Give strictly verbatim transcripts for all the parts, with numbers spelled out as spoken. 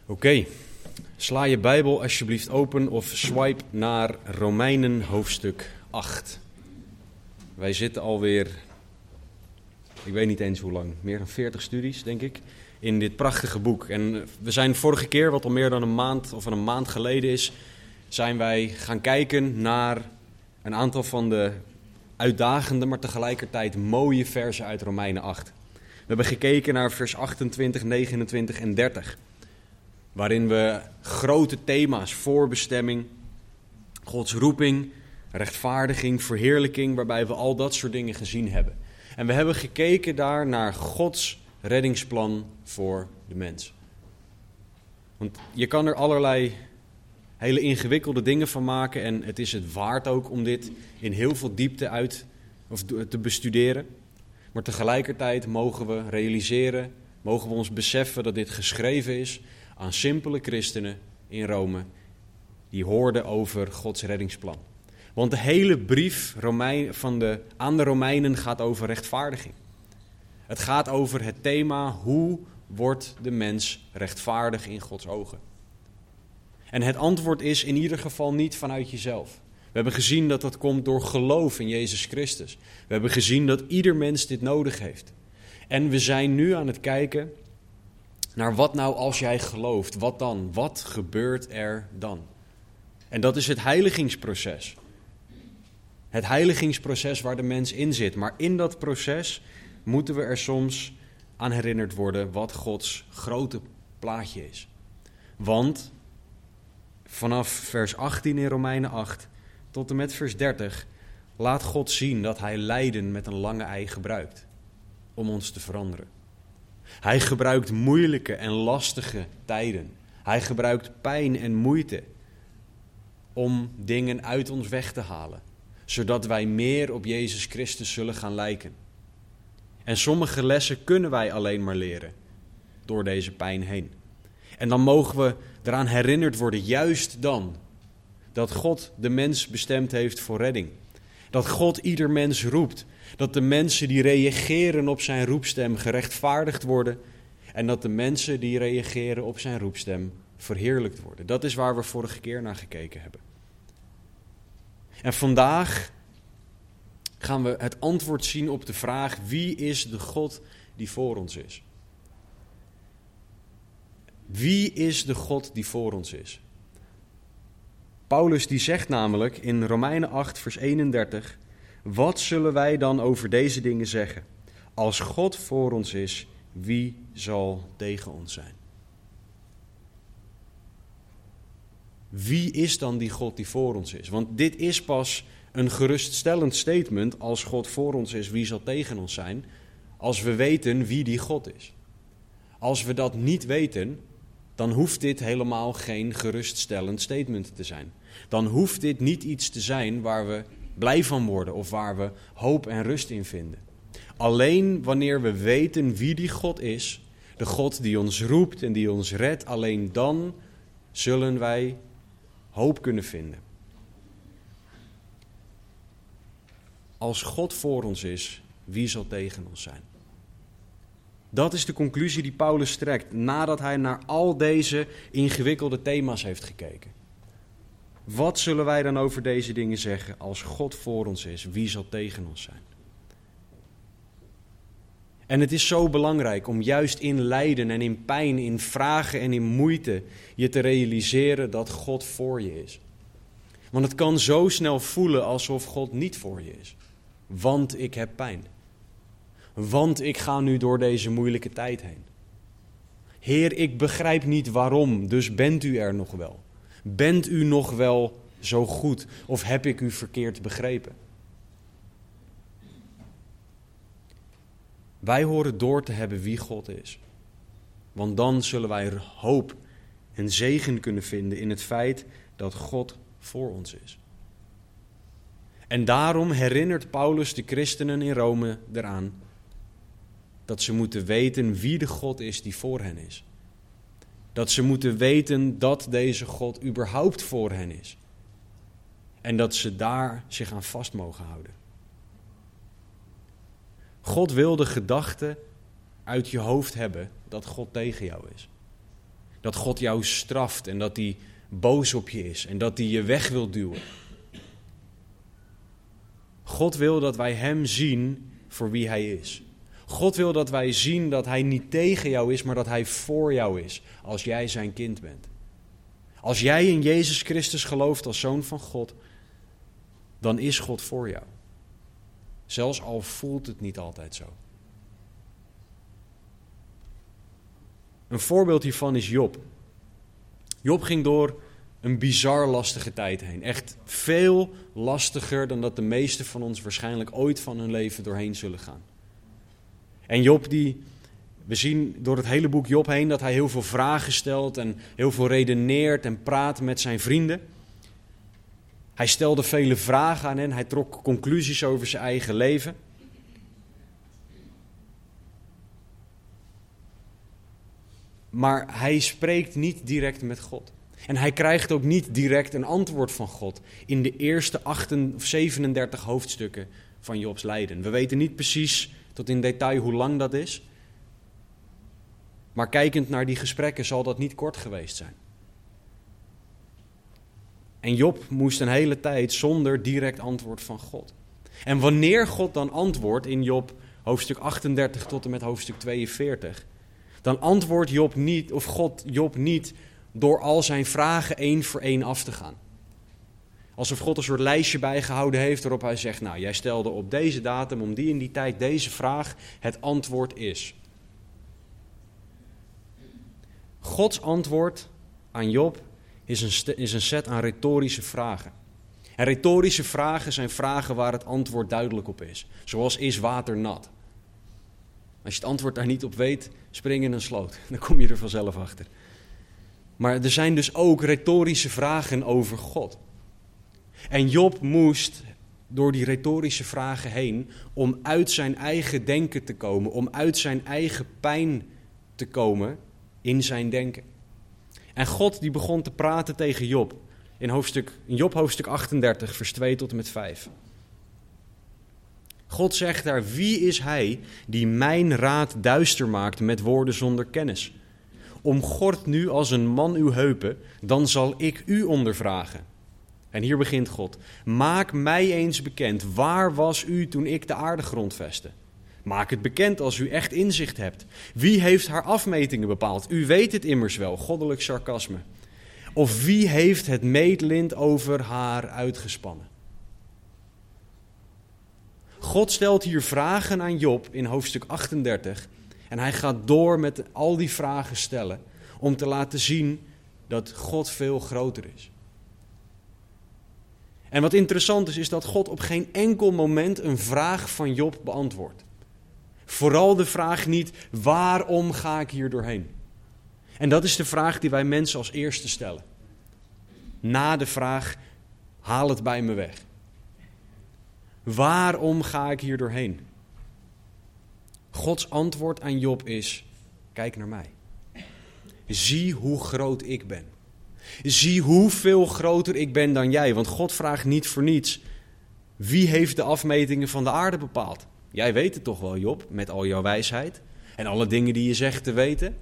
Oké, okay. Sla je Bijbel alsjeblieft open of swipe naar Romeinen hoofdstuk acht. Wij zitten alweer, ik weet niet eens hoe lang, meer dan veertig studies denk ik, in dit prachtige boek. En we zijn vorige keer, wat al meer dan een maand of een maand geleden is, zijn wij gaan kijken naar een aantal van de uitdagende, maar tegelijkertijd mooie versen uit Romeinen acht. We hebben gekeken naar vers achtentwintig, negenentwintig en dertig. Waarin we grote thema's, voorbestemming, Gods roeping, rechtvaardiging, verheerlijking, waarbij we al dat soort dingen gezien hebben. En we hebben gekeken daar naar Gods reddingsplan voor de mens. Want je kan er allerlei hele ingewikkelde dingen van maken en het is het waard ook om dit in heel veel diepte uit of te bestuderen. Maar tegelijkertijd mogen we realiseren, mogen we ons beseffen dat dit geschreven is aan simpele christenen in Rome die hoorden over Gods reddingsplan. Want de hele brief Romein, van de, aan de Romeinen gaat over rechtvaardiging. Het gaat over het thema hoe wordt de mens rechtvaardig in Gods ogen. En het antwoord is in ieder geval niet vanuit jezelf. We hebben gezien dat dat komt door geloof in Jezus Christus. We hebben gezien dat ieder mens dit nodig heeft. En we zijn nu aan het kijken naar wat nou als jij gelooft, wat dan? Wat gebeurt er dan? En dat is het heiligingsproces. Het heiligingsproces waar de mens in zit. Maar in dat proces moeten we er soms aan herinnerd worden wat Gods grote plaatje is. Want vanaf vers achttien in Romeinen acht tot en met vers dertig laat God zien dat hij lijden met een lange ei gebruikt om ons te veranderen. Hij gebruikt moeilijke en lastige tijden. Hij gebruikt pijn en moeite om dingen uit ons weg te halen, zodat wij meer op Jezus Christus zullen gaan lijken. En sommige lessen kunnen wij alleen maar leren door deze pijn heen. En dan mogen we eraan herinnerd worden, juist dan, dat God de mens bestemd heeft voor redding. Dat God ieder mens roept. Dat de mensen die reageren op zijn roepstem gerechtvaardigd worden. En dat de mensen die reageren op zijn roepstem verheerlijkt worden. Dat is waar we vorige keer naar gekeken hebben. En vandaag gaan we het antwoord zien op de vraag: wie is de God die voor ons is? Wie is de God die voor ons is? Paulus die zegt namelijk in Romeinen acht vers eenendertig: wat zullen wij dan over deze dingen zeggen? Als God voor ons is, wie zal tegen ons zijn? Wie is dan die God die voor ons is? Want dit is pas een geruststellend statement: als God voor ons is, wie zal tegen ons zijn? Als we weten wie die God is. Als we dat niet weten, dan hoeft dit helemaal geen geruststellend statement te zijn. Dan hoeft dit niet iets te zijn waar we blij van worden of waar we hoop en rust in vinden. Alleen wanneer we weten wie die God is, de God die ons roept en die ons redt, alleen dan zullen wij hoop kunnen vinden. Als God voor ons is, wie zal tegen ons zijn? Dat is de conclusie die Paulus trekt nadat hij naar al deze ingewikkelde thema's heeft gekeken. Wat zullen wij dan over deze dingen zeggen? Als God voor ons is, wie zal tegen ons zijn? En het is zo belangrijk om juist in lijden en in pijn, in vragen en in moeite je te realiseren dat God voor je is. Want het kan zo snel voelen alsof God niet voor je is. Want ik heb pijn. Want ik ga nu door deze moeilijke tijd heen. Heer, ik begrijp niet waarom, dus bent u er nog wel? Bent u nog wel zo goed of heb ik u verkeerd begrepen? Wij horen door te hebben wie God is. Want dan zullen wij hoop en zegen kunnen vinden in het feit dat God voor ons is. En daarom herinnert Paulus de christenen in Rome eraan dat ze moeten weten wie de God is die voor hen is. Dat ze moeten weten dat deze God überhaupt voor hen is. En dat ze daar zich aan vast mogen houden. God wil de gedachte uit je hoofd hebben dat God tegen jou is. Dat God jou straft en dat hij boos op je is en dat hij je weg wil duwen. God wil dat wij hem zien voor wie hij is. God wil dat wij zien dat hij niet tegen jou is, maar dat hij voor jou is, als jij zijn kind bent. Als jij in Jezus Christus gelooft als zoon van God, dan is God voor jou. Zelfs al voelt het niet altijd zo. Een voorbeeld hiervan is Job. Job ging door een bizar lastige tijd heen. Echt veel lastiger dan dat de meesten van ons waarschijnlijk ooit van hun leven doorheen zullen gaan. En Job, die, we zien door het hele boek Job heen dat hij heel veel vragen stelt en heel veel redeneert en praat met zijn vrienden. Hij stelde vele vragen aan hen, hij trok conclusies over zijn eigen leven. Maar hij spreekt niet direct met God. En hij krijgt ook niet direct een antwoord van God in de eerste zevenendertig hoofdstukken van Jobs lijden. We weten niet precies tot in detail hoe lang dat is. Maar kijkend naar die gesprekken zal dat niet kort geweest zijn. En Job moest een hele tijd zonder direct antwoord van God. En wanneer God dan antwoordt in Job hoofdstuk achtendertig tot en met hoofdstuk tweeënveertig... dan antwoordt Job niet, of God Job niet door al zijn vragen één voor één af te gaan. Alsof God een soort lijstje bijgehouden heeft waarop hij zegt, nou, jij stelde op deze datum, om die en die tijd, deze vraag, het antwoord is. Gods antwoord aan Job is een, st- is een set aan retorische vragen. En retorische vragen zijn vragen waar het antwoord duidelijk op is. Zoals, is water nat? Als je het antwoord daar niet op weet, spring in een sloot. Dan kom je er vanzelf achter. Maar er zijn dus ook retorische vragen over God. En Job moest door die retorische vragen heen om uit zijn eigen denken te komen, om uit zijn eigen pijn te komen in zijn denken. En God die begon te praten tegen Job in, hoofdstuk, in Job hoofdstuk achtendertig, vers twee tot en met vijf. God zegt daar, wie is hij die mijn raad duister maakt met woorden zonder kennis? Omgord nu als een man uw heupen, dan zal ik u ondervragen. En hier begint God. Maak mij eens bekend, waar was u toen ik de aarde grondvestte? Maak het bekend als u echt inzicht hebt. Wie heeft haar afmetingen bepaald? U weet het immers wel, goddelijk sarcasme. Of wie heeft het meetlint over haar uitgespannen? God stelt hier vragen aan Job in hoofdstuk achtendertig. En hij gaat door met al die vragen stellen om te laten zien dat God veel groter is. En wat interessant is, is dat God op geen enkel moment een vraag van Job beantwoordt. Vooral de vraag niet, waarom ga ik hier doorheen? En dat is de vraag die wij mensen als eerste stellen. Na de vraag, haal het bij me weg. Waarom ga ik hier doorheen? Gods antwoord aan Job is, kijk naar mij. Zie hoe groot ik ben. Zie hoeveel groter ik ben dan jij. Want God vraagt niet voor niets, wie heeft de afmetingen van de aarde bepaald? Jij weet het toch wel, Job, met al jouw wijsheid en alle dingen die je zegt te weten.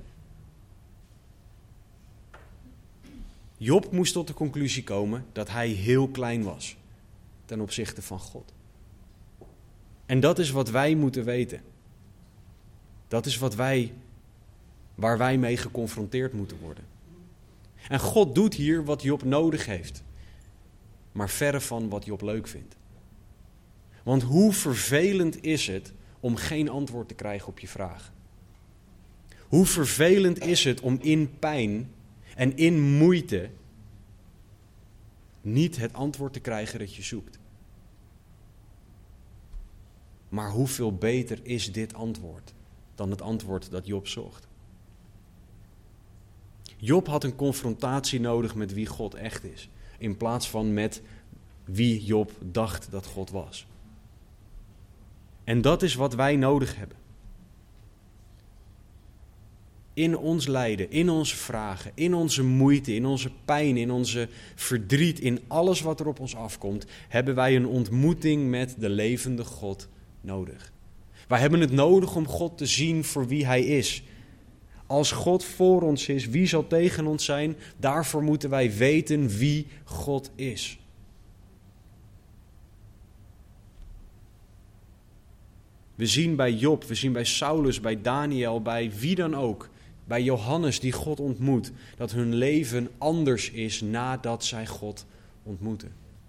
Job moest tot de conclusie komen dat hij heel klein was ten opzichte van God. En dat is wat wij moeten weten. Dat is wat wij, waar wij mee geconfronteerd moeten worden. En God doet hier wat Job nodig heeft, maar verre van wat Job leuk vindt. Want hoe vervelend is het om geen antwoord te krijgen op je vraag? Hoe vervelend is het om in pijn en in moeite niet het antwoord te krijgen dat je zoekt? Maar hoeveel beter is dit antwoord dan het antwoord dat Job zocht? Job had een confrontatie nodig met wie God echt is, in plaats van met wie Job dacht dat God was. En dat is wat wij nodig hebben. In ons lijden, in onze vragen, in onze moeite, in onze pijn, in onze verdriet, in alles wat er op ons afkomt, hebben wij een ontmoeting met de levende God nodig. Wij hebben het nodig om God te zien voor wie Hij is. Als God voor ons is, wie zal tegen ons zijn? Daarvoor moeten wij weten wie God is. We zien bij Job, we zien bij Saulus, bij Daniel, bij wie dan ook, bij Johannes die God ontmoet, dat hun leven anders is nadat zij God ontmoeten.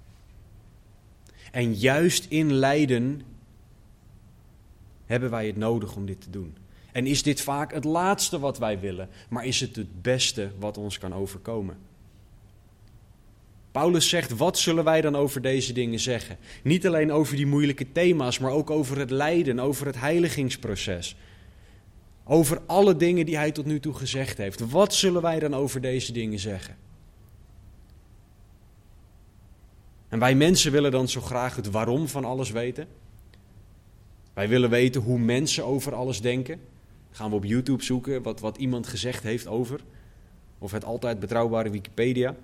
En juist in lijden hebben wij het nodig om dit te doen. En is dit vaak het laatste wat wij willen, maar is het het beste wat ons kan overkomen? Paulus zegt, wat zullen wij dan over deze dingen zeggen? Niet alleen over die moeilijke thema's, maar ook over het lijden, over het heiligingsproces. Over alle dingen die hij tot nu toe gezegd heeft. Wat zullen wij dan over deze dingen zeggen? En wij mensen willen dan zo graag het waarom van alles weten. Wij willen weten hoe mensen over alles denken. Gaan we op YouTube zoeken wat, wat iemand gezegd heeft over. Of het altijd betrouwbare Wikipedia.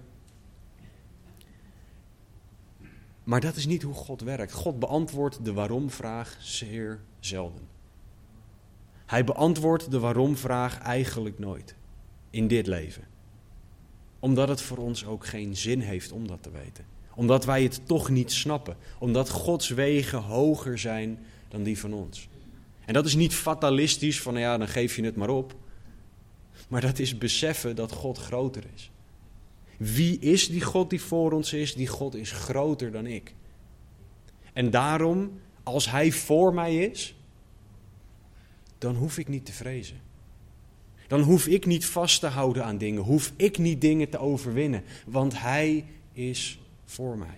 Maar dat is niet hoe God werkt. God beantwoordt de waarom-vraag zeer zelden. Hij beantwoordt de waarom-vraag eigenlijk nooit in dit leven. Omdat het voor ons ook geen zin heeft om dat te weten. Omdat wij het toch niet snappen. Omdat Gods wegen hoger zijn dan die van ons. En dat is niet fatalistisch van, nou ja, dan geef je het maar op. Maar dat is beseffen dat God groter is. Wie is die God die voor ons is? Die God is groter dan ik. En daarom, als Hij voor mij is, dan hoef ik niet te vrezen. Dan hoef ik niet vast te houden aan dingen. Hoef ik niet dingen te overwinnen. Want Hij is voor mij.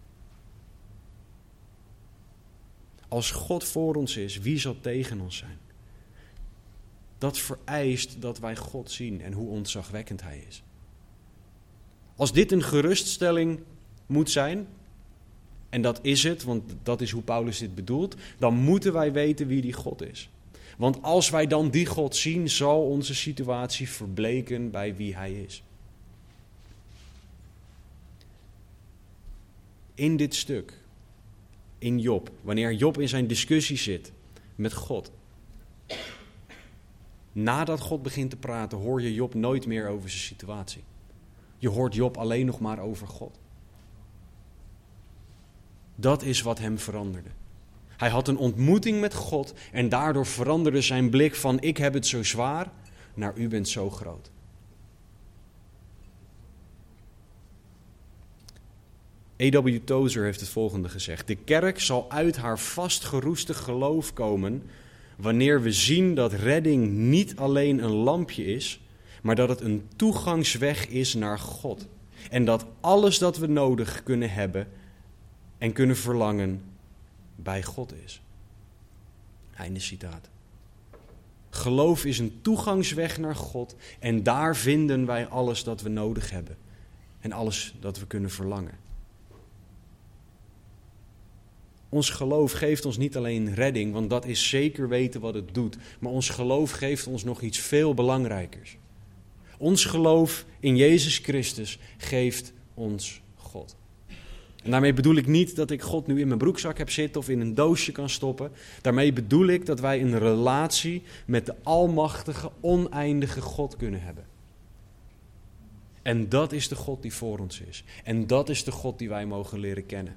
Als God voor ons is, wie zal tegen ons zijn? Dat vereist dat wij God zien en hoe ontzagwekkend Hij is. Als dit een geruststelling moet zijn, en dat is het, want dat is hoe Paulus dit bedoelt, dan moeten wij weten wie die God is. Want als wij dan die God zien, zal onze situatie verbleken bij wie Hij is. In dit stuk, in Job, wanneer Job in zijn discussie zit met God, nadat God begint te praten, hoor je Job nooit meer over zijn situatie. Je hoort Job alleen nog maar over God. Dat is wat hem veranderde. Hij had een ontmoeting met God en daardoor veranderde zijn blik van ik heb het zo zwaar naar u bent zo groot. A W Tozer heeft het volgende gezegd. De kerk zal uit haar vastgeroeste geloof komen wanneer we zien dat redding niet alleen een lampje is, maar dat het een toegangsweg is naar God. En dat alles dat we nodig kunnen hebben en kunnen verlangen bij God is. Einde citaat. Geloof is een toegangsweg naar God en daar vinden wij alles dat we nodig hebben. En alles dat we kunnen verlangen. Ons geloof geeft ons niet alleen redding, want dat is zeker weten wat het doet. Maar ons geloof geeft ons nog iets veel belangrijkers. Ons geloof in Jezus Christus geeft ons God. En daarmee bedoel ik niet dat ik God nu in mijn broekzak heb zitten of in een doosje kan stoppen. Daarmee bedoel ik dat wij een relatie met de almachtige, oneindige God kunnen hebben. En dat is de God die voor ons is. En dat is de God die wij mogen leren kennen.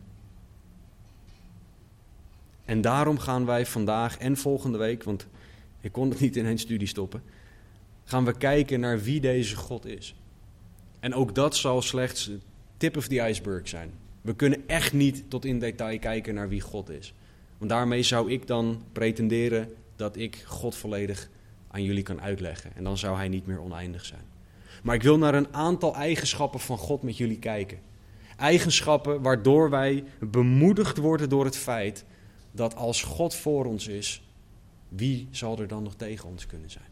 En daarom gaan wij vandaag en volgende week, want ik kon het niet in één studie stoppen, gaan we kijken naar wie deze God is. En ook dat zal slechts de tip of the iceberg zijn. We kunnen echt niet tot in detail kijken naar wie God is. Want daarmee zou ik dan pretenderen dat ik God volledig aan jullie kan uitleggen. En dan zou hij niet meer oneindig zijn. Maar ik wil naar een aantal eigenschappen van God met jullie kijken. Eigenschappen waardoor wij bemoedigd worden door het feit dat als God voor ons is, wie zal er dan nog tegen ons kunnen zijn?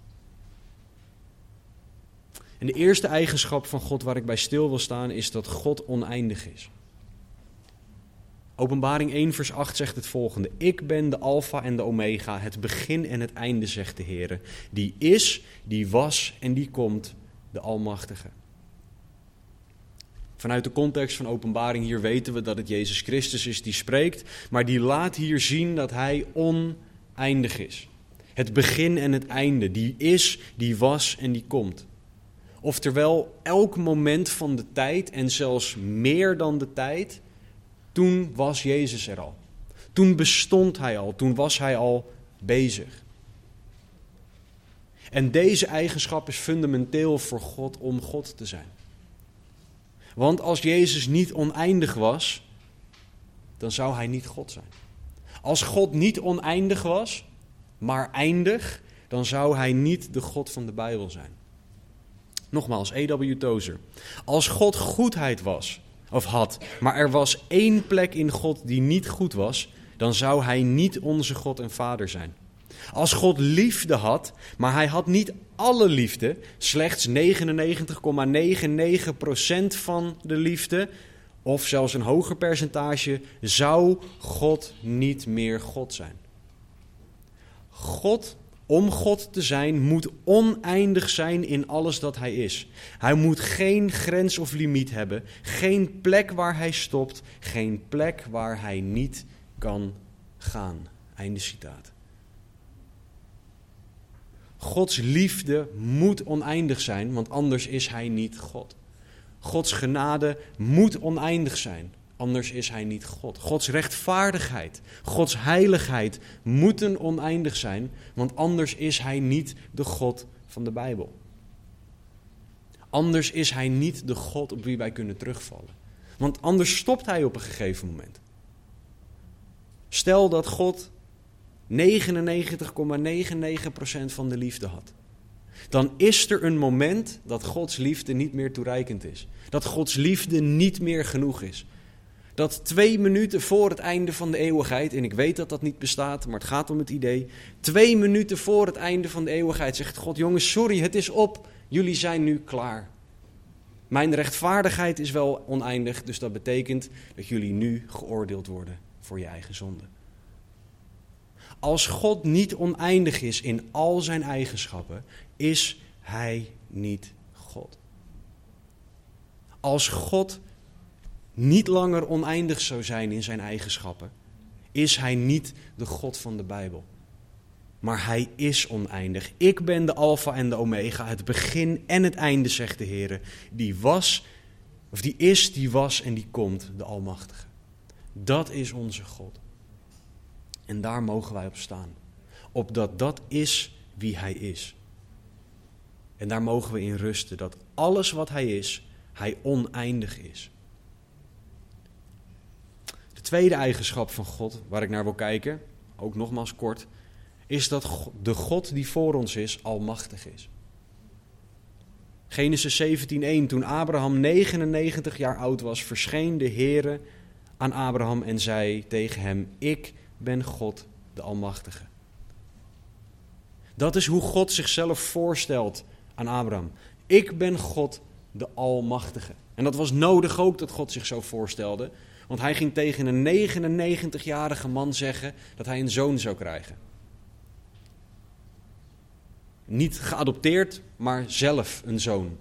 En de eerste eigenschap van God waar ik bij stil wil staan is dat God oneindig is. Openbaring één vers acht zegt het volgende. Ik ben de Alpha en de Omega, het begin en het einde, zegt de Heer. Die is, die was en die komt, de Almachtige. Vanuit de context van Openbaring hier weten we dat het Jezus Christus is die spreekt, maar die laat hier zien dat hij oneindig is. Het begin en het einde, die is, die was en die komt. Oftewel, elk moment van de tijd en zelfs meer dan de tijd, toen was Jezus er al. Toen bestond hij al, toen was hij al bezig. En deze eigenschap is fundamenteel voor God om God te zijn. Want als Jezus niet oneindig was, dan zou hij niet God zijn. Als God niet oneindig was, maar eindig, dan zou hij niet de God van de Bijbel zijn. Nogmaals, E W Tozer. Als God goedheid was, of had, maar er was één plek in God die niet goed was, dan zou hij niet onze God en Vader zijn. Als God liefde had, maar hij had niet alle liefde, slechts negenennegentig komma negenennegentig procent van de liefde, of zelfs een hoger percentage, zou God niet meer God zijn. God, om God te zijn, moet oneindig zijn in alles dat hij is. Hij moet geen grens of limiet hebben, geen plek waar hij stopt, geen plek waar hij niet kan gaan. Einde citaat. Gods liefde moet oneindig zijn, want anders is hij niet God. Gods genade moet oneindig zijn, anders is hij niet God. Gods rechtvaardigheid, Gods heiligheid moeten oneindig zijn, want anders is hij niet de God van de Bijbel. Anders is hij niet de God op wie wij kunnen terugvallen. Want anders stopt hij op een gegeven moment. Stel dat God negenennegentig komma negenennegentig procent van de liefde had. Dan is er een moment dat Gods liefde niet meer toereikend is. Dat Gods liefde niet meer genoeg is. Dat twee minuten voor het einde van de eeuwigheid, en ik weet dat dat niet bestaat, maar het gaat om het idee. Twee minuten voor het einde van de eeuwigheid zegt God, jongens, sorry, het is op. Jullie zijn nu klaar. Mijn rechtvaardigheid is wel oneindig, dus dat betekent dat jullie nu geoordeeld worden voor je eigen zonde. Als God niet oneindig is in al zijn eigenschappen, is hij niet God. Als God niet langer oneindig zou zijn in zijn eigenschappen, is hij niet de God van de Bijbel. Maar hij is oneindig. Ik ben de Alfa en de Omega, het begin en het einde, zegt de Heer. Die was, of die is, die was en die komt, de Almachtige. Dat is onze God. En daar mogen wij op staan. Opdat dat is wie hij is. En daar mogen we in rusten, dat alles wat hij is, hij oneindig is. De tweede eigenschap van God, waar ik naar wil kijken, ook nogmaals kort, is dat de God die voor ons is, almachtig is. Genesis zeventien één, toen Abraham negenennegentig jaar oud was, verscheen de Heere aan Abraham en zei tegen hem, ik ben God de Almachtige. Dat is hoe God zichzelf voorstelt aan Abraham. Ik ben God de Almachtige. En dat was nodig ook dat God zich zo voorstelde. Want hij ging tegen een negenennegentigjarige man zeggen dat hij een zoon zou krijgen. Niet geadopteerd, maar zelf een zoon.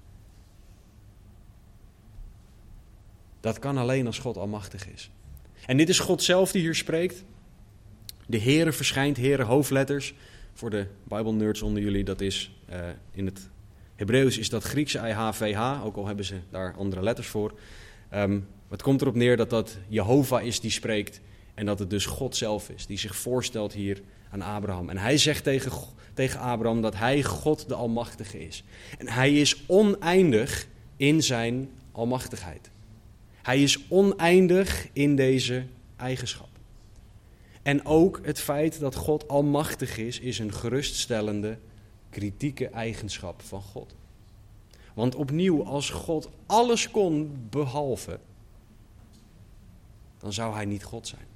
Dat kan alleen als God almachtig is. En dit is God zelf die hier spreekt. De Heere verschijnt, Heere hoofdletters. Voor de Bijbelnerds onder jullie, dat is uh, in het Hebreeuws is dat Griekse I H V H, ook al hebben ze daar andere letters voor. Um, het komt erop neer dat dat Jehovah is die spreekt en dat het dus God zelf is, die zich voorstelt hier aan Abraham. En hij zegt tegen, tegen Abraham dat hij God de Almachtige is. En hij is oneindig in zijn almachtigheid. Hij is oneindig in deze eigenschap. En ook het feit dat God almachtig is, is een geruststellende, kritieke eigenschap van God. Want opnieuw, als God alles kon behalve, dan zou hij niet God zijn.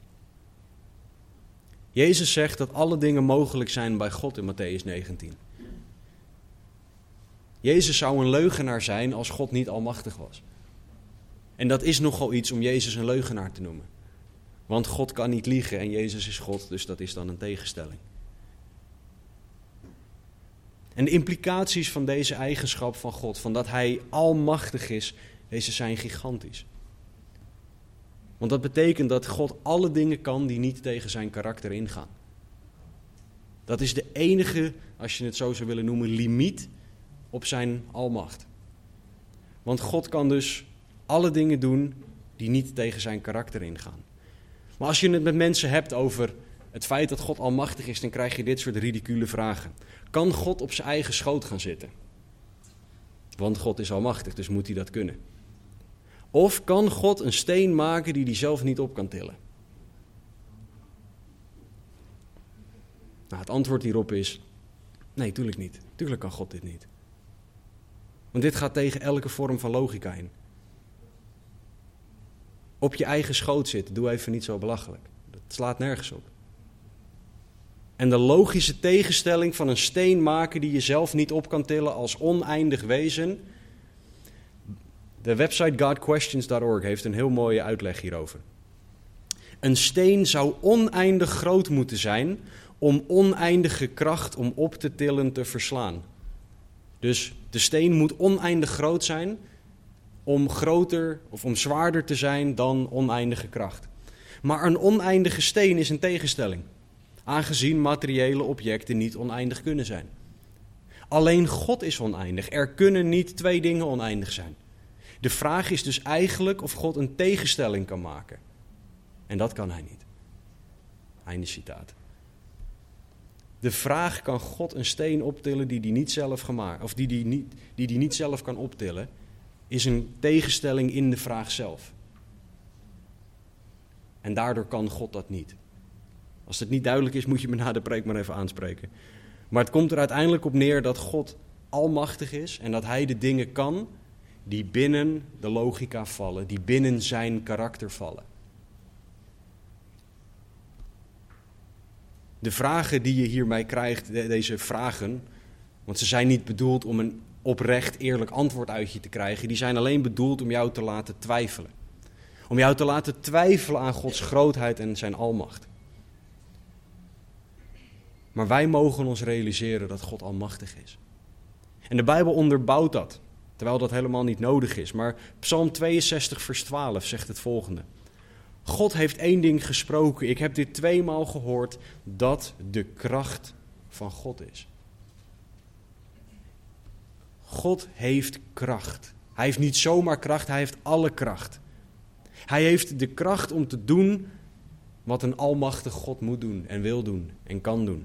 Jezus zegt dat alle dingen mogelijk zijn bij God in Mattheüs negentien. Jezus zou een leugenaar zijn als God niet almachtig was. En dat is nogal iets om Jezus een leugenaar te noemen. Want God kan niet liegen en Jezus is God, dus dat is dan een tegenstelling. En de implicaties van deze eigenschap van God, van dat hij almachtig is, deze zijn gigantisch. Want dat betekent dat God alle dingen kan die niet tegen zijn karakter ingaan. Dat is de enige, als je het zo zou willen noemen, limiet op zijn almacht. Want God kan dus alle dingen doen die niet tegen zijn karakter ingaan. Maar als je het met mensen hebt over het feit dat God almachtig is, dan krijg je dit soort ridicule vragen. Kan God op zijn eigen schoot gaan zitten? Want God is almachtig, dus moet hij dat kunnen. Of kan God een steen maken die hij zelf niet op kan tillen? Nou, het antwoord hierop is, nee, tuurlijk niet. Tuurlijk kan God dit niet. Want dit gaat tegen elke vorm van logica in. Op je eigen schoot zitten, doe even niet zo belachelijk. Dat slaat nergens op. En de logische tegenstelling van een steen maken die je zelf niet op kan tillen als oneindig wezen. De website god questions dot org heeft een heel mooie uitleg hierover. Een steen zou oneindig groot moeten zijn om oneindige kracht om op te tillen te verslaan. Dus de steen moet oneindig groot zijn om groter of om zwaarder te zijn dan oneindige kracht. Maar een oneindige steen is een tegenstelling, aangezien materiële objecten niet oneindig kunnen zijn. Alleen God is oneindig. Er kunnen niet twee dingen oneindig zijn. De vraag is dus eigenlijk of God een tegenstelling kan maken. En dat kan hij niet. Einde citaat. De vraag, kan God een steen optillen die hij niet zelf gemaakt, of die die niet, die die niet zelf kan optillen, is een tegenstelling in de vraag zelf. En daardoor kan God dat niet. Als het niet duidelijk is, moet je me na de preek maar even aanspreken. Maar het komt er uiteindelijk op neer dat God almachtig is en dat hij de dingen kan die binnen de logica vallen, die binnen zijn karakter vallen. De vragen die je hiermee krijgt, deze vragen, want ze zijn niet bedoeld om een oprecht eerlijk antwoord uit je te krijgen, die zijn alleen bedoeld om jou te laten twijfelen. Om jou te laten twijfelen aan Gods grootheid en zijn almacht. Maar wij mogen ons realiseren dat God almachtig is. En de Bijbel onderbouwt dat, terwijl dat helemaal niet nodig is. Maar Psalm tweeënzestig vers twaalf zegt het volgende. God heeft één ding gesproken. Ik heb dit tweemaal gehoord, dat de kracht van God is. God heeft kracht. Hij heeft niet zomaar kracht, hij heeft alle kracht. Hij heeft de kracht om te doen wat een almachtig God moet doen en wil doen en kan doen.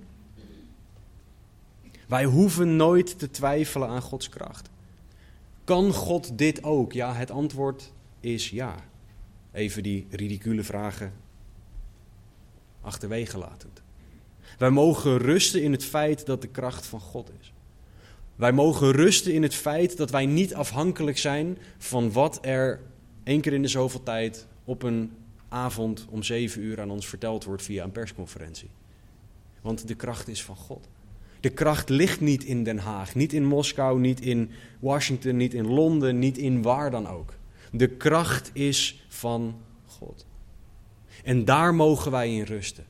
Wij hoeven nooit te twijfelen aan Gods kracht. Kan God dit ook? Ja, het antwoord is ja. Even die ridicule vragen achterwege latend. Wij mogen rusten in het feit dat de kracht van God is. Wij mogen rusten in het feit dat wij niet afhankelijk zijn van wat er één keer in de zoveel tijd op een avond om zeven uur aan ons verteld wordt via een persconferentie. Want de kracht is van God. De kracht ligt niet in Den Haag, niet in Moskou, niet in Washington, niet in Londen, niet in waar dan ook. De kracht is van God. En daar mogen wij in rusten.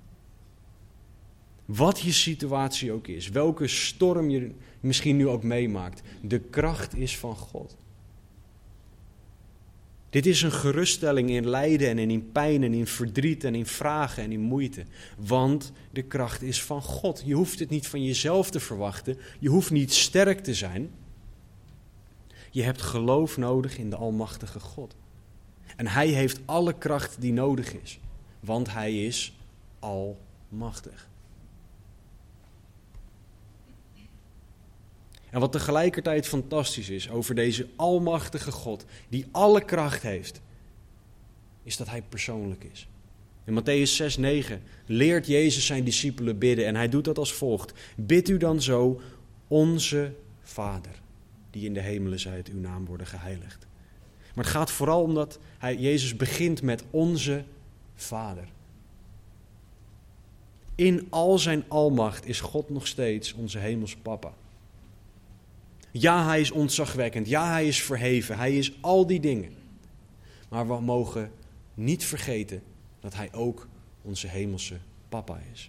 Wat je situatie ook is, welke storm je misschien nu ook meemaakt, de kracht is van God. Dit is een geruststelling in lijden en in pijn en in verdriet en in vragen en in moeite. Want de kracht is van God. Je hoeft het niet van jezelf te verwachten. Je hoeft niet sterk te zijn. Je hebt geloof nodig in de almachtige God. En hij heeft alle kracht die nodig is. Want hij is almachtig. En wat tegelijkertijd fantastisch is over deze almachtige God, die alle kracht heeft, is dat hij persoonlijk is. In Mattheüs zes negen leert Jezus zijn discipelen bidden en hij doet dat als volgt. Bid u dan zo, onze Vader, die in de hemelen zijt, uw naam worden geheiligd. Maar het gaat vooral om dat hij, Jezus begint met onze Vader. In al zijn almacht is God nog steeds onze hemelse papa. Ja, hij is ontzagwekkend. Ja, hij is verheven. Hij is al die dingen. Maar we mogen niet vergeten dat hij ook onze hemelse papa is.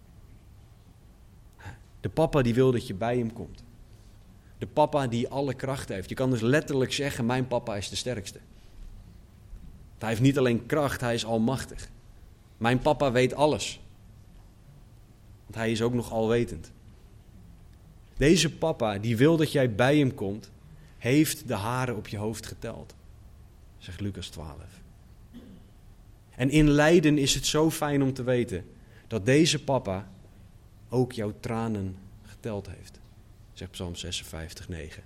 De papa die wil dat je bij hem komt. De papa die alle kracht heeft. Je kan dus letterlijk zeggen, mijn papa is de sterkste. Hij heeft niet alleen kracht, hij is almachtig. Mijn papa weet alles. Want hij is ook nog alwetend. Deze papa, die wil dat jij bij hem komt, heeft de haren op je hoofd geteld. Zegt Lucas twaalf. En in lijden is het zo fijn om te weten dat deze papa ook jouw tranen geteld heeft. Zegt Psalm zesenvijftig, negen.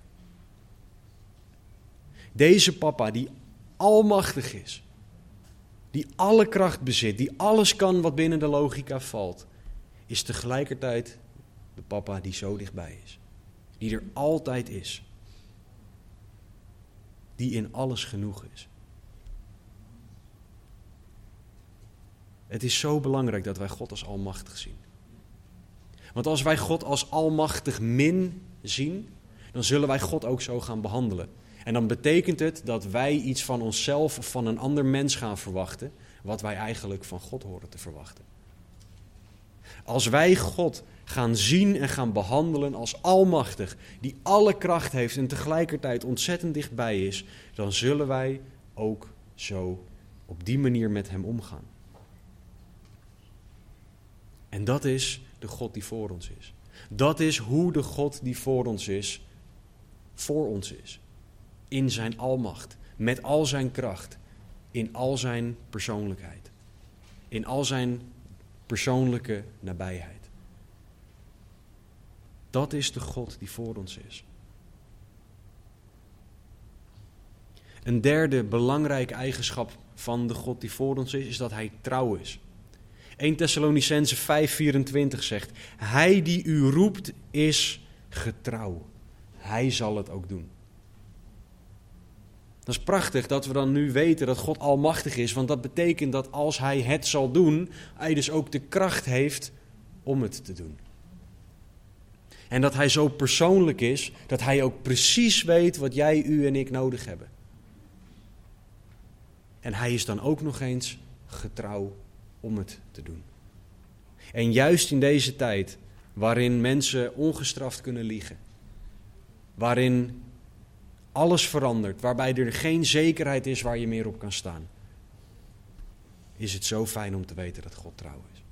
Deze papa die almachtig is, die alle kracht bezit, die alles kan wat binnen de logica valt, is tegelijkertijd de papa die zo dichtbij is. Die er altijd is. Die in alles genoeg is. Het is zo belangrijk dat wij God als almachtig zien. Want als wij God als almachtig min zien, dan zullen wij God ook zo gaan behandelen. En dan betekent het dat wij iets van onszelf of van een ander mens gaan verwachten, wat wij eigenlijk van God horen te verwachten. Als wij God gaan zien en gaan behandelen als almachtig, die alle kracht heeft en tegelijkertijd ontzettend dichtbij is, dan zullen wij ook zo op die manier met hem omgaan. En dat is de God die voor ons is. Dat is hoe de God die voor ons is, voor ons is. In zijn almacht, met al zijn kracht, in al zijn persoonlijkheid. In al zijn persoonlijke nabijheid. Dat is de God die voor ons is. Een derde belangrijke eigenschap van de God die voor ons is, is dat hij trouw is. Eerste Thessalonicenzen vijf vierentwintig zegt, hij die u roept is getrouw. Hij zal het ook doen. Dat is prachtig dat we dan nu weten dat God almachtig is, want dat betekent dat als hij het zal doen, hij dus ook de kracht heeft om het te doen. En dat hij zo persoonlijk is, dat hij ook precies weet wat jij, u en ik nodig hebben. En hij is dan ook nog eens getrouw om het te doen. En juist in deze tijd, waarin mensen ongestraft kunnen liegen, waarin alles verandert, waarbij er geen zekerheid is waar je meer op kan staan, is het zo fijn om te weten dat God trouw is.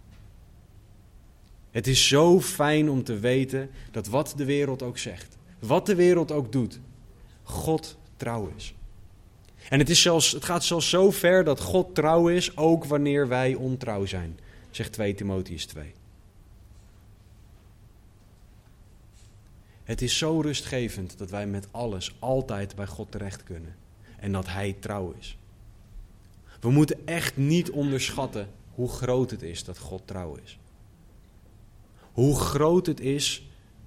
Het is zo fijn om te weten dat wat de wereld ook zegt, wat de wereld ook doet, God trouw is. En het, is zelfs, het gaat zelfs zo ver dat God trouw is, ook wanneer wij ontrouw zijn, zegt tweede Timotheüs twee. Het is zo rustgevend dat wij met alles altijd bij God terecht kunnen en dat hij trouw is. We moeten echt niet onderschatten hoe groot het is dat God trouw is. Hoe groot het is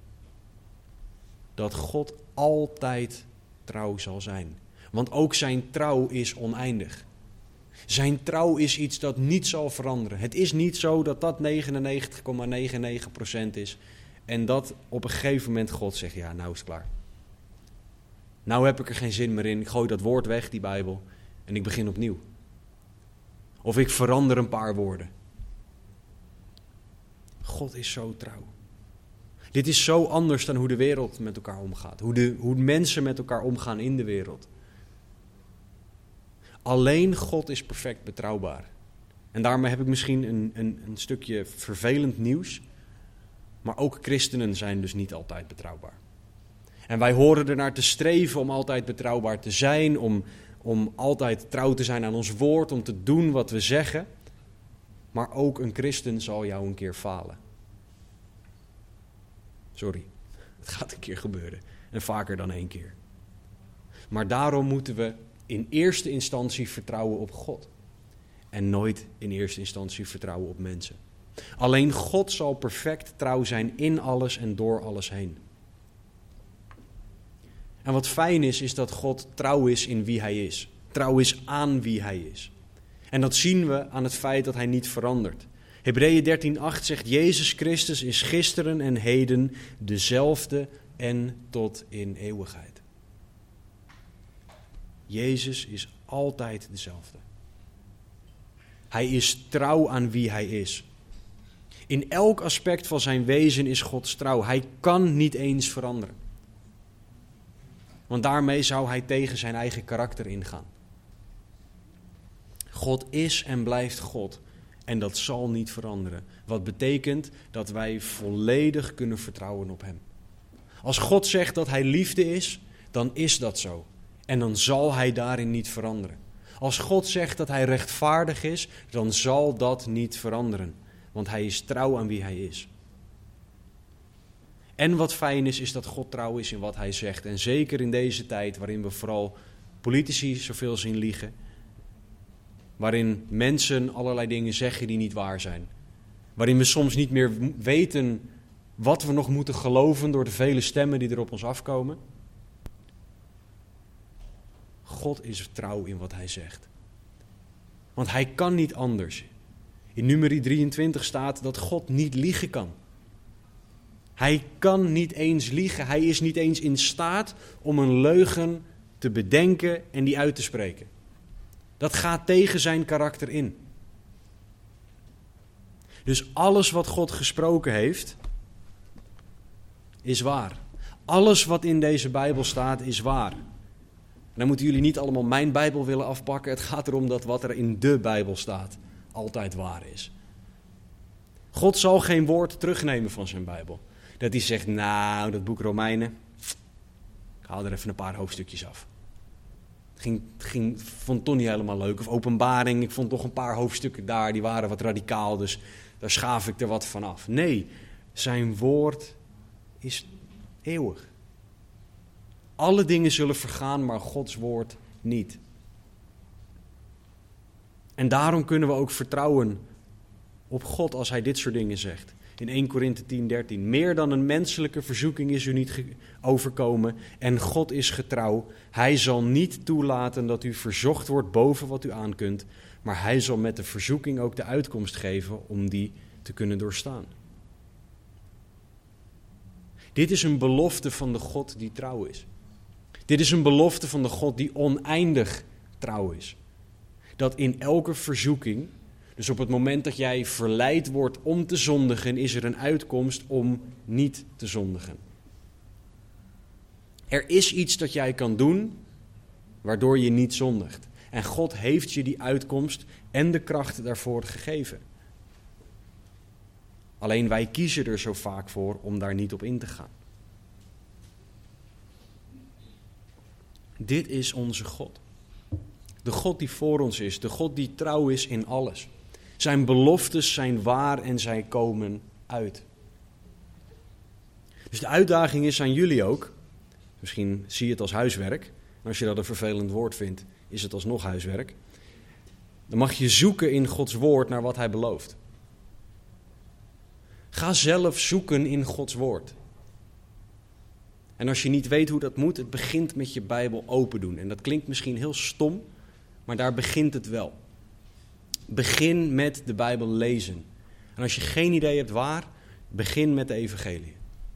dat God altijd trouw zal zijn. Want ook zijn trouw is oneindig. Zijn trouw is iets dat niet zal veranderen. Het is niet zo dat dat negenennegentig komma negenennegentig procent is en dat op een gegeven moment God zegt, ja, nou is het klaar. Nou heb ik er geen zin meer in, ik gooi dat woord weg, die Bijbel, en ik begin opnieuw. Of ik verander een paar woorden. God is zo trouw. Dit is zo anders dan hoe de wereld met elkaar omgaat. Hoe, de, hoe mensen met elkaar omgaan in de wereld. Alleen God is perfect betrouwbaar. En daarmee heb ik misschien een, een, een stukje vervelend nieuws. Maar ook christenen zijn dus niet altijd betrouwbaar. En wij horen ernaar te streven om altijd betrouwbaar te zijn. Om, om altijd trouw te zijn aan ons woord. Om te doen wat we zeggen. Maar ook een christen zal jou een keer falen. Sorry, het gaat een keer gebeuren. En vaker dan één keer. Maar daarom moeten we in eerste instantie vertrouwen op God. En nooit in eerste instantie vertrouwen op mensen. Alleen God zal perfect trouw zijn in alles en door alles heen. En wat fijn is, is dat God trouw is in wie hij is. Trouw is aan wie hij is. En dat zien we aan het feit dat hij niet verandert. Hebreeën dertien acht zegt, Jezus Christus is gisteren en heden dezelfde en tot in eeuwigheid. Jezus is altijd dezelfde. Hij is trouw aan wie hij is. In elk aspect van zijn wezen is God trouw. Hij kan niet eens veranderen. Want daarmee zou hij tegen zijn eigen karakter ingaan. God is en blijft God. en dat zal niet veranderen. Wat betekent dat wij volledig kunnen vertrouwen op hem. Als God zegt dat hij liefde is, dan is dat zo. En dan zal hij daarin niet veranderen. Als God zegt dat hij rechtvaardig is, dan zal dat niet veranderen. Want hij is trouw aan wie hij is. En wat fijn is, is dat God trouw is in wat hij zegt. En zeker in deze tijd waarin we vooral politici zoveel zien liegen. Waarin mensen allerlei dingen zeggen die niet waar zijn. Waarin we soms niet meer weten wat we nog moeten geloven door de vele stemmen die er op ons afkomen. God is trouw in wat hij zegt. Want hij kan niet anders. In Numeri drieëntwintig staat dat God niet liegen kan. Hij kan niet eens liegen. Hij is niet eens in staat om een leugen te bedenken en die uit te spreken. Dat gaat tegen zijn karakter in. Dus alles wat God gesproken heeft, is waar. Alles wat in deze Bijbel staat, is waar. En dan moeten jullie niet allemaal mijn Bijbel willen afpakken. Het gaat erom dat wat er in de Bijbel staat, altijd waar is. God zal geen woord terugnemen van zijn Bijbel. Dat hij zegt, nou, dat boek Romeinen, ik haal er even een paar hoofdstukjes af. Ging, ging, vond het toch niet helemaal leuk. Of Openbaring, ik vond toch een paar hoofdstukken daar, die waren wat radicaal, dus daar schaaf ik er wat van af. Nee, zijn woord is eeuwig. Alle dingen zullen vergaan, maar Gods woord niet. En daarom kunnen we ook vertrouwen op God als hij dit soort dingen zegt. In Eerste Korinthe tien dertien. Meer dan een menselijke verzoeking is u niet ge- overkomen en God is getrouw. Hij zal niet toelaten dat u verzocht wordt boven wat u aan kunt, maar hij zal met de verzoeking ook de uitkomst geven om die te kunnen doorstaan. Dit is een belofte van de God die trouw is. Dit is een belofte van de God die oneindig trouw is. Dat in elke verzoeking, dus op het moment dat jij verleid wordt om te zondigen, is er een uitkomst om niet te zondigen. Er is iets dat jij kan doen, waardoor je niet zondigt. En God heeft je die uitkomst en de kracht daarvoor gegeven. Alleen wij kiezen er zo vaak voor om daar niet op in te gaan. Dit is onze God. De God die voor ons is, de God die trouw is in alles. Zijn beloftes zijn waar en zij komen uit. Dus de uitdaging is aan jullie ook. Misschien zie je het als huiswerk. En als je dat een vervelend woord vindt, is het alsnog huiswerk. Dan mag je zoeken in Gods woord naar wat hij belooft. Ga zelf zoeken in Gods woord. En als je niet weet hoe dat moet, het begint met je Bijbel open doen. En dat klinkt misschien heel stom, maar daar begint het wel. Begin met de Bijbel lezen. En als je geen idee hebt waar, begin met de evangelie.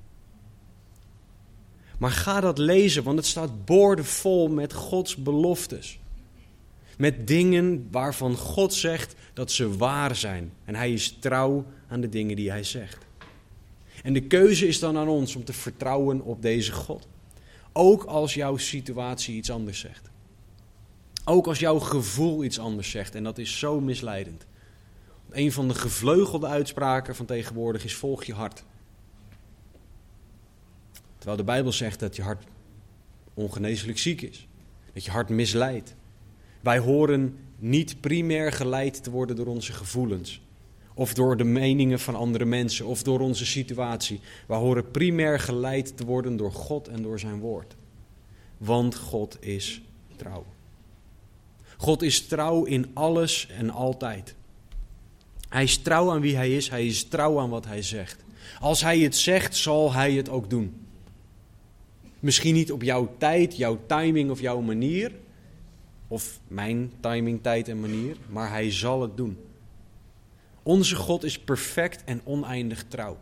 Maar ga dat lezen, want het staat boordevol met Gods beloftes. Met dingen waarvan God zegt dat ze waar zijn. En hij is trouw aan de dingen die hij zegt. En de keuze is dan aan ons om te vertrouwen op deze God. Ook als jouw situatie iets anders zegt. Ook als jouw gevoel iets anders zegt. En dat is zo misleidend. Een van de gevleugelde uitspraken van tegenwoordig is: volg je hart. Terwijl de Bijbel zegt dat je hart ongeneeslijk ziek is. Dat je hart misleidt. Wij horen niet primair geleid te worden door onze gevoelens. Of door de meningen van andere mensen. Of door onze situatie. Wij horen primair geleid te worden door God en door zijn woord. Want God is trouw. God is trouw in alles en altijd. Hij is trouw aan wie hij is. Hij is trouw aan wat hij zegt. Als hij het zegt, zal hij het ook doen. Misschien niet op jouw tijd, jouw timing of jouw manier. Of mijn timing, tijd en manier. Maar hij zal het doen. Onze God is perfect en oneindig trouw.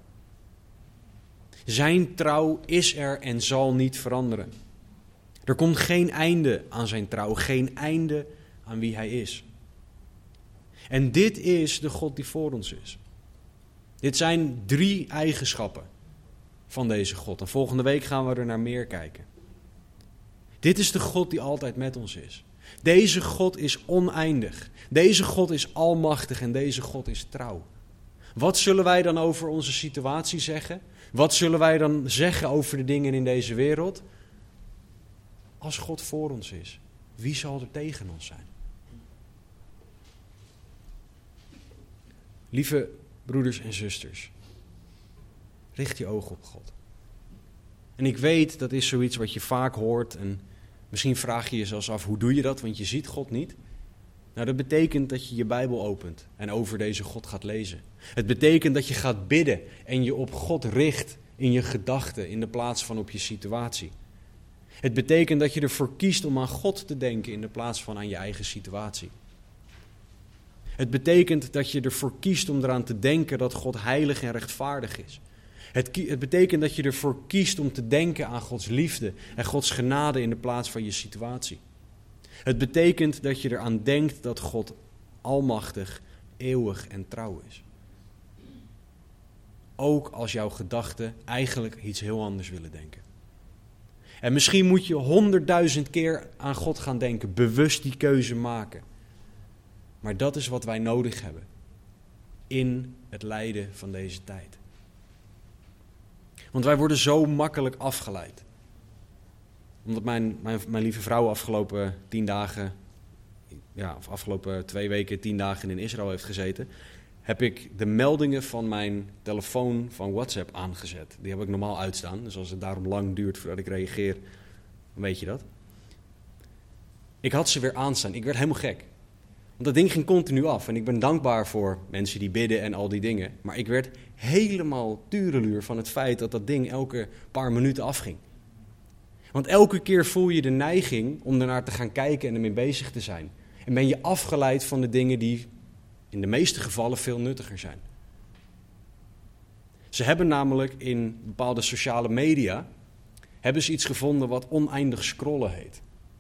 Zijn trouw is er en zal niet veranderen. Er komt geen einde aan zijn trouw. Geen einde aan wie hij is. En dit is de God die voor ons is. Dit zijn drie eigenschappen van deze God. En volgende week gaan we er naar meer kijken. Dit is de God die altijd met ons is. Deze God is oneindig. Deze God is almachtig en deze God is trouw. Wat zullen wij dan over onze situatie zeggen? Wat zullen wij dan zeggen over de dingen in deze wereld? Als God voor ons is, wie zal er tegen ons zijn? Lieve broeders en zusters, richt je ogen op God. En ik weet, dat is zoiets wat je vaak hoort en misschien vraag je je zelfs af, hoe doe je dat? Want je ziet God niet. Nou, dat betekent dat je je Bijbel opent en over deze God gaat lezen. Het betekent dat je gaat bidden en je op God richt in je gedachten in de plaats van op je situatie. Het betekent dat je ervoor kiest om aan God te denken in de plaats van aan je eigen situatie. Het betekent dat je ervoor kiest om eraan te denken dat God heilig en rechtvaardig is. Het, het betekent dat je ervoor kiest om te denken aan Gods liefde en Gods genade in de plaats van je situatie. Het betekent dat je eraan denkt dat God almachtig, eeuwig en trouw is. Ook als jouw gedachten eigenlijk iets heel anders willen denken. En misschien moet je honderdduizend keer aan God gaan denken, bewust die keuze maken. Maar dat is wat wij nodig hebben in het lijden van deze tijd. Want wij worden zo makkelijk afgeleid. Omdat mijn, mijn, mijn lieve vrouw afgelopen tien dagen, ja, of afgelopen twee weken tien dagen in Israël heeft gezeten, heb ik de meldingen van mijn telefoon van WhatsApp aangezet. Die heb ik normaal uitstaan, dus als het daarom lang duurt voordat ik reageer, dan weet je dat. Ik had ze weer aanstaan, ik werd helemaal gek. Want dat ding ging continu af en ik ben dankbaar voor mensen die bidden en al die dingen. Maar ik werd helemaal tureluur van het feit dat dat ding elke paar minuten afging. Want elke keer voel je de neiging om ernaar te gaan kijken en ermee bezig te zijn. En ben je afgeleid van de dingen die in de meeste gevallen veel nuttiger zijn. Ze hebben namelijk in bepaalde sociale media hebben ze iets gevonden wat oneindig scrollen heet.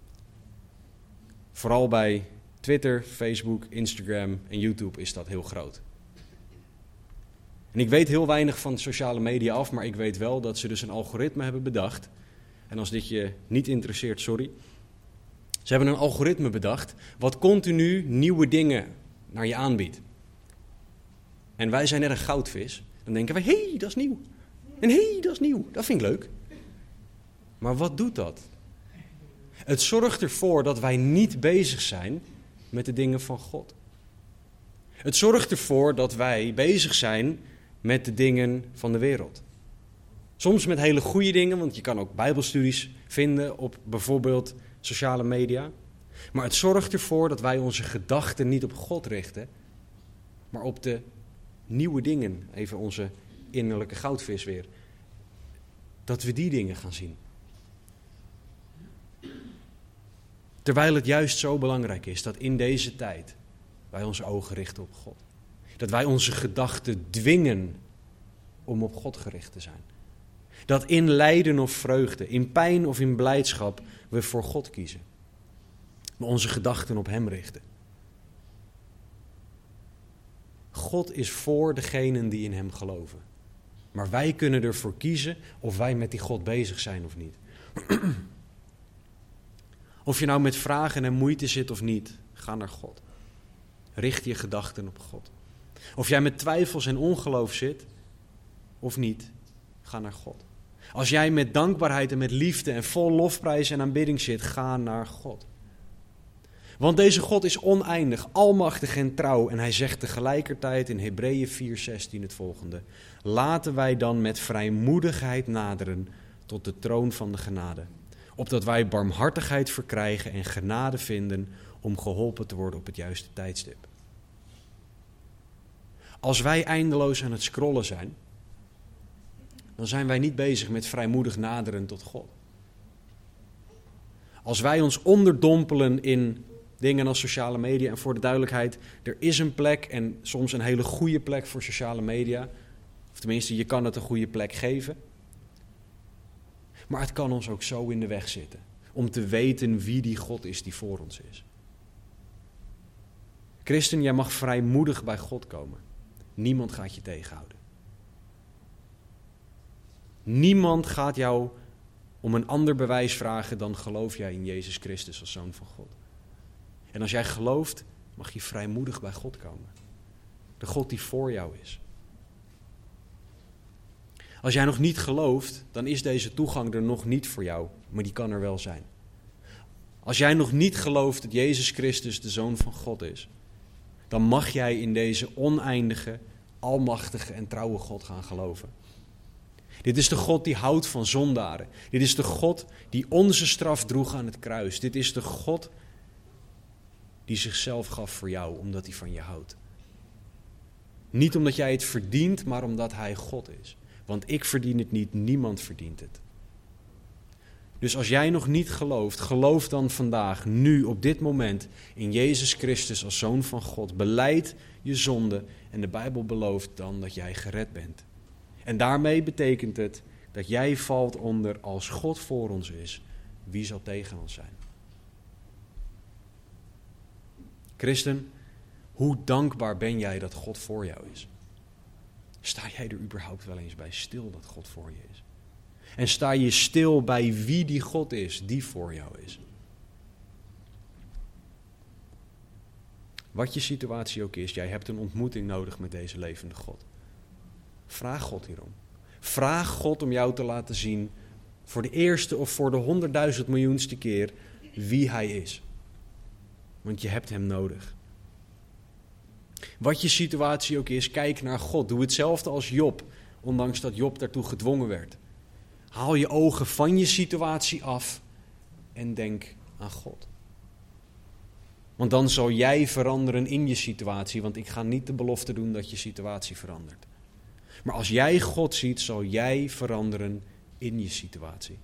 Vooral bij Twitter, Facebook, Instagram en YouTube is dat heel groot. En ik weet heel weinig van sociale media af, maar ik weet wel dat ze dus een algoritme hebben bedacht. En als dit je niet interesseert, sorry. Ze hebben een algoritme bedacht wat continu nieuwe dingen naar je aanbiedt. En wij zijn net een goudvis. Dan denken wij, hé, hey, dat is nieuw. En hé, hey, dat is nieuw. Dat vind ik leuk. Maar wat doet dat? Het zorgt ervoor dat wij niet bezig zijn met de dingen van God. Het zorgt ervoor dat wij bezig zijn met de dingen van de wereld. Soms met hele goede dingen, want je kan ook bijbelstudies vinden op bijvoorbeeld sociale media. Maar het zorgt ervoor dat wij onze gedachten niet op God richten, maar op de nieuwe dingen, even onze innerlijke goudvis weer. Dat we die dingen gaan zien. Terwijl het juist zo belangrijk is dat in deze tijd wij onze ogen richten op God. Dat wij onze gedachten dwingen om op God gericht te zijn. Dat in lijden of vreugde, in pijn of in blijdschap we voor God kiezen. We onze gedachten op Hem richten. God is voor degenen die in Hem geloven. Maar wij kunnen ervoor kiezen of wij met die God bezig zijn of niet. Of je nou met vragen en moeite zit of niet, ga naar God. Richt je gedachten op God. Of jij met twijfels en ongeloof zit of niet, ga naar God. Als jij met dankbaarheid en met liefde en vol lofprijs en aanbidding zit, ga naar God. Want deze God is oneindig, almachtig en trouw. En hij zegt tegelijkertijd in Hebreeën vier zestien het volgende. Laten wij dan met vrijmoedigheid naderen tot de troon van de genade. Opdat wij barmhartigheid verkrijgen en genade vinden om geholpen te worden op het juiste tijdstip. Als wij eindeloos aan het scrollen zijn, dan zijn wij niet bezig met vrijmoedig naderen tot God. Als wij ons onderdompelen in dingen als sociale media, en voor de duidelijkheid, er is een plek en soms een hele goede plek voor sociale media. Of tenminste, je kan het een goede plek geven. Maar het kan ons ook zo in de weg zitten, om te weten wie die God is die voor ons is. Christen, jij mag vrijmoedig bij God komen. Niemand gaat je tegenhouden. Niemand gaat jou om een ander bewijs vragen dan geloof jij in Jezus Christus als Zoon van God. En als jij gelooft, mag je vrijmoedig bij God komen. De God die voor jou is. Als jij nog niet gelooft, dan is deze toegang er nog niet voor jou, maar die kan er wel zijn. Als jij nog niet gelooft dat Jezus Christus de Zoon van God is, dan mag jij in deze oneindige, almachtige en trouwe God gaan geloven. Dit is de God die houdt van zondaren. Dit is de God die onze straf droeg aan het kruis. Dit is de God die zichzelf gaf voor jou, omdat hij van je houdt. Niet omdat jij het verdient, maar omdat hij God is. Want ik verdien het niet, niemand verdient het. Dus als jij nog niet gelooft, geloof dan vandaag, nu, op dit moment, in Jezus Christus als Zoon van God. Belijd je zonde en de Bijbel belooft dan dat jij gered bent. En daarmee betekent het dat jij valt onder, als God voor ons is, wie zal tegen ons zijn? Christen, hoe dankbaar ben jij dat God voor jou is? Sta jij er überhaupt wel eens bij stil dat God voor je is? En sta je stil bij wie die God is die voor jou is? Wat je situatie ook is, jij hebt een ontmoeting nodig met deze levende God. Vraag God hierom. Vraag God om jou te laten zien, voor de eerste of voor de honderdduizend miljoenste keer, wie hij is. Want je hebt hem nodig. Wat je situatie ook is, kijk naar God. Doe hetzelfde als Job, ondanks dat Job daartoe gedwongen werd. Haal je ogen van je situatie af en denk aan God. Want dan zal jij veranderen in je situatie, want ik ga niet de belofte doen dat je situatie verandert. Maar als jij God ziet, zal jij veranderen in je situatie.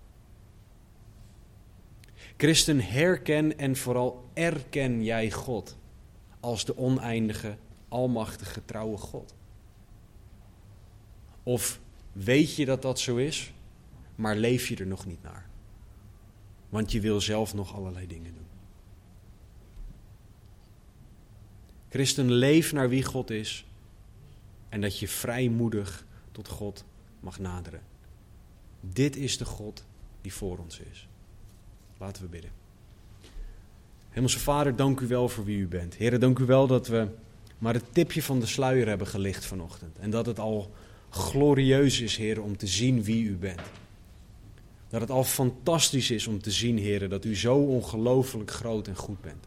Christen, herken en vooral erken jij God als de oneindige, almachtige, trouwe God? Of weet je dat dat zo is, maar leef je er nog niet naar? Want je wil zelf nog allerlei dingen doen. Christen, leef naar wie God is en dat je vrijmoedig tot God mag naderen. Dit is de God die voor ons is. Laten we bidden. Hemelse Vader, dank u wel voor wie u bent. Heere, dank u wel dat we maar het tipje van de sluier hebben gelicht vanochtend. En dat het al glorieus is, Heere, om te zien wie u bent. Dat het al fantastisch is om te zien, Heere, dat u zo ongelooflijk groot en goed bent.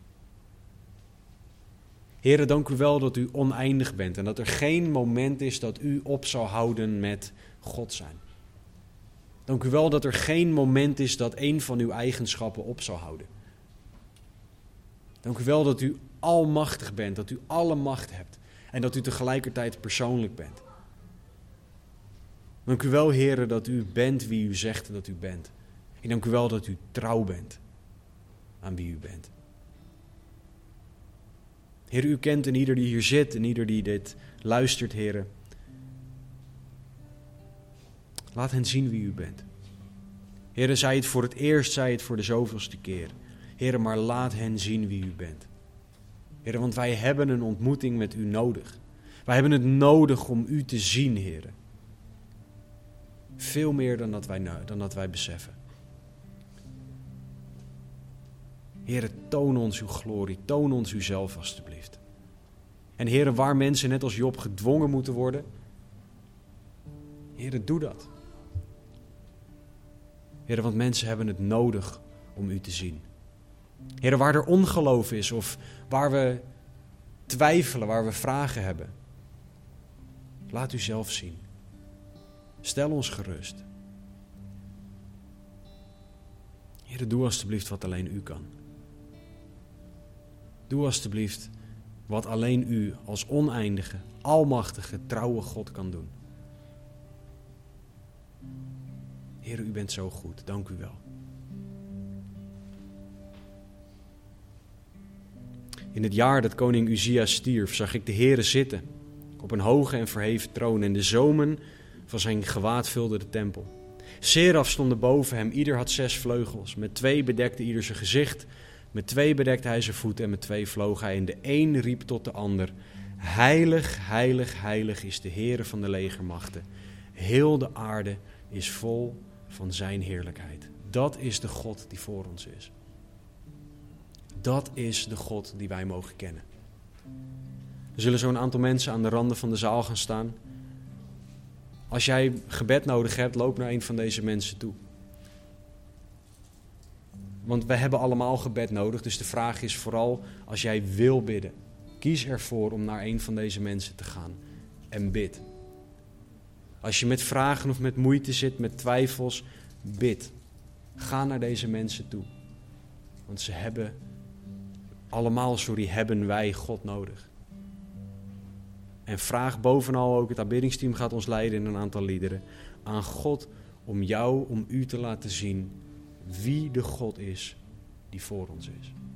Heere, dank u wel dat u oneindig bent en dat er geen moment is dat u op zou houden met God zijn. Dank u wel dat er geen moment is dat een van uw eigenschappen op zou houden. Dank u wel dat u almachtig bent, dat u alle macht hebt en dat u tegelijkertijd persoonlijk bent. Dank u wel, Heere, dat u bent wie u zegt dat u bent. En dank u wel dat u trouw bent aan wie u bent. Heer, u kent en ieder die hier zit en ieder die dit luistert, Heer. Laat hen zien wie u bent. Heer, zij het voor het eerst, zij het voor de zoveelste keer. Heer, maar laat hen zien wie u bent. Heer, want wij hebben een ontmoeting met u nodig. Wij hebben het nodig om u te zien, Heer. Veel meer dan dat wij, dan dat wij beseffen. Heere, toon ons uw glorie, toon ons uzelf alstublieft. En Heere, waar mensen net als Job gedwongen moeten worden, Heere, doe dat. Heere, want mensen hebben het nodig om u te zien. Heere, waar er ongeloof is of waar we twijfelen, waar we vragen hebben, laat u zelf zien. Stel ons gerust. Heere, doe alstublieft wat alleen u kan. Doe alstublieft wat alleen u als oneindige, almachtige, trouwe God kan doen. Heer, u bent zo goed. Dank u wel. In het jaar dat koning Uzia stierf, zag ik de Heere zitten op een hoge en verheven troon en de zomen van zijn gewaad vulden de tempel. Seraf stonden boven hem, ieder had zes vleugels. Met twee bedekte ieder zijn gezicht, met twee bedekte hij zijn voeten en met twee vloog hij. En de een riep tot de ander: heilig, heilig, heilig is de Heere van de legermachten. Heel de aarde is vol van zijn heerlijkheid. Dat is de God die voor ons is. Dat is de God die wij mogen kennen. Er zullen zo'n aantal mensen aan de randen van de zaal gaan staan. Als jij gebed nodig hebt, loop naar een van deze mensen toe. Want we hebben allemaal gebed nodig, dus de vraag is vooral, als jij wil bidden, kies ervoor om naar een van deze mensen te gaan en bid. Als je met vragen of met moeite zit, met twijfels, bid. Ga naar deze mensen toe. Want ze hebben, allemaal, sorry, hebben wij God nodig. En vraag bovenal ook, het aanbiddingsteam gaat ons leiden in een aantal liederen, aan God om jou, om u te laten zien wie de God is die voor ons is.